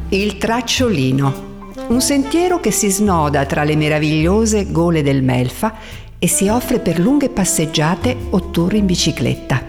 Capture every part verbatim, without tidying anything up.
Il Tracciolino, un sentiero che si snoda tra le meravigliose gole del Melfa e si offre per lunghe passeggiate o tour in bicicletta.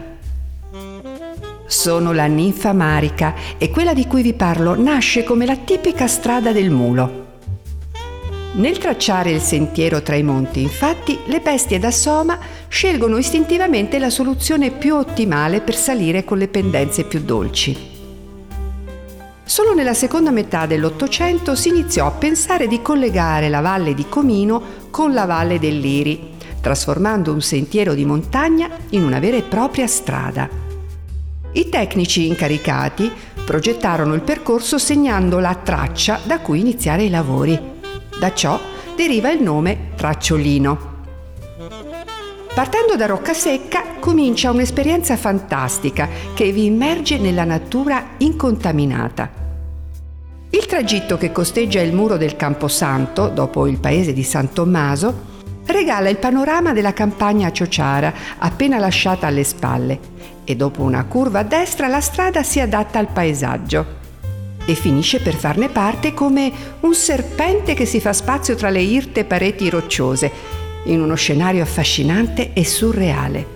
Sono la ninfa Marica e quella di cui vi parlo nasce come la tipica strada del mulo. Nel tracciare il sentiero tra i monti, infatti, le bestie da soma scelgono istintivamente la soluzione più ottimale per salire con le pendenze più dolci. Solo nella seconda metà dell'Ottocento si iniziò a pensare di collegare la valle di Comino con la valle del Liri, trasformando un sentiero di montagna in una vera e propria strada. I tecnici incaricati progettarono il percorso segnando la traccia da cui iniziare i lavori. Da ciò deriva il nome Tracciolino. Partendo da Roccasecca comincia un'esperienza fantastica che vi immerge nella natura incontaminata. Il tragitto che costeggia il muro del Camposanto, dopo il paese di San Tommaso, regala il panorama della campagna ciociara appena lasciata alle spalle e dopo una curva a destra la strada si adatta al paesaggio e finisce per farne parte come un serpente che si fa spazio tra le irte pareti rocciose, in uno scenario affascinante e surreale.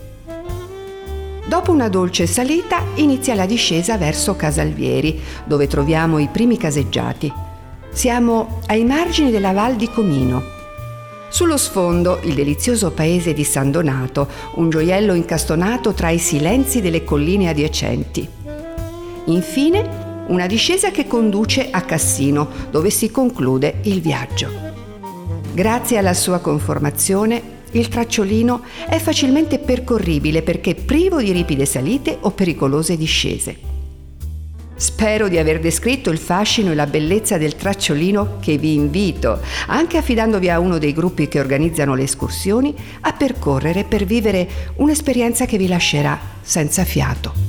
Dopo una dolce salita inizia la discesa verso Casalvieri, dove troviamo i primi caseggiati. Siamo ai margini della Val di Comino. Sullo sfondo il delizioso paese di San Donato, un gioiello incastonato tra i silenzi delle colline adiacenti. Infine una discesa che conduce a Cassino, dove si conclude il viaggio. Grazie alla sua conformazione, il Tracciolino è facilmente percorribile perché privo di ripide salite o pericolose discese. Spero di aver descritto il fascino e la bellezza del Tracciolino che vi invito, anche affidandovi a uno dei gruppi che organizzano le escursioni, a percorrere per vivere un'esperienza che vi lascerà senza fiato.